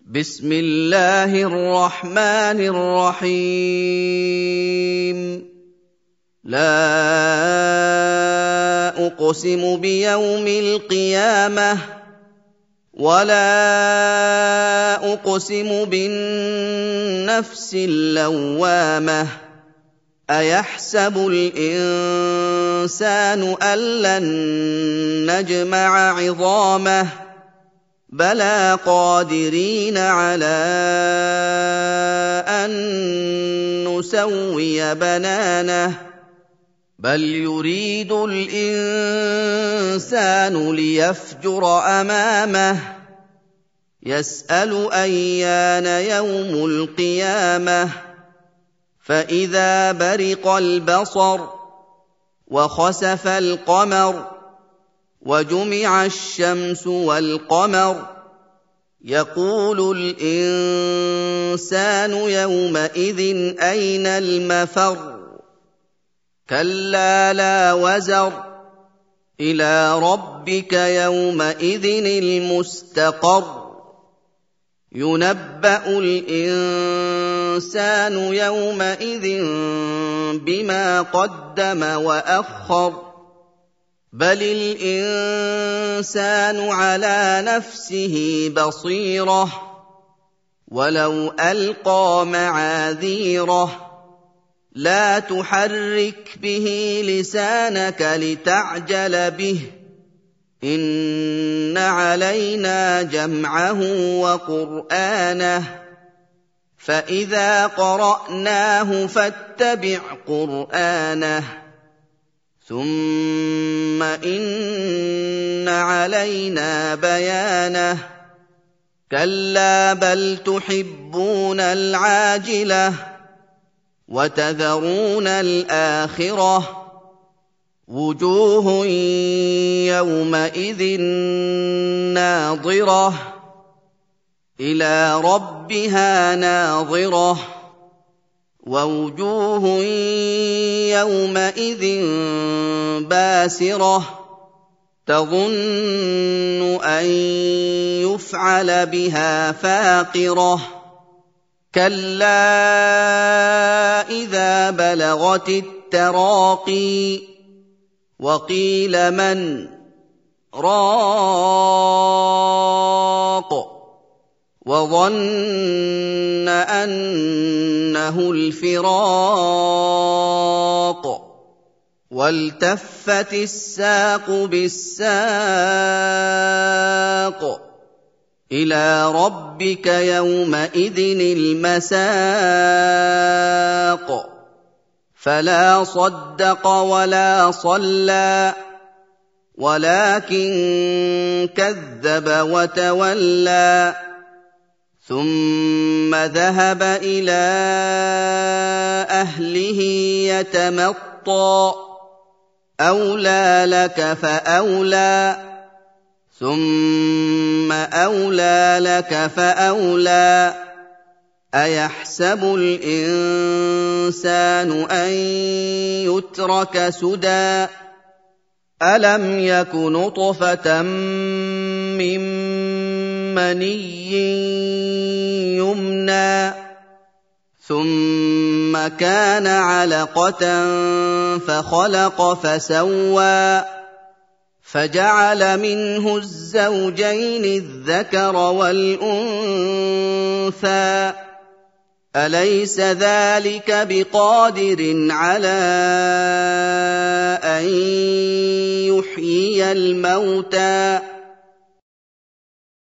بسم الله الرحمن الرحيم لا أقسم بيوم القيامة ولا أقسم بالنفس اللوامة أيحسب الإنسان أن لن نجمع عظامه بلى قادرين على أن نسوي بنانه بل يريد الإنسان ليفجر أمامه يسأل أيان يوم القيامة فإذا برق البصر وخسف القمر وجمع الشمس والقمر يقول الإنسان يومئذ أين المفر كلا لا وزر إلى ربك يومئذ المستقر ينبأ الإنسان يومئذ بما قدم وأخر بل الإنسان على نفسه بصيرة ولو ألقى معاذيره لا تحرك به لسانك لتعجل به إن علينا جمعه وقرآنه فإذا قرأناه فاتبع قرآنه ثم إن علينا بيانه كلا بل تحبون العاجلة وتذرون الآخرة وجوه يومئذ ناظرة إلى ربها ناظرة ووجوه يومئذ باسرة تظن أن يفعل بها فاقرة كلا إذا بلغت التراقي وقيل من راق وظن أنه الفراق والتفت الساق بالساق إلى ربك يومئذ المساق فلا صدق ولا صلى ولكن كذب وتولى ثم ذهب إلى أهله يتمطى أولى لك فأولى ثم أولى لك فأولى أيحسب الإنسان أن يترك سدى ألم يك نطفة من مني يمنى ثم كان علقة فخلق فسوى فجعل منه الزوجين الذكر والأنثى أليس ذلك بقادر على أن يحيي الموتى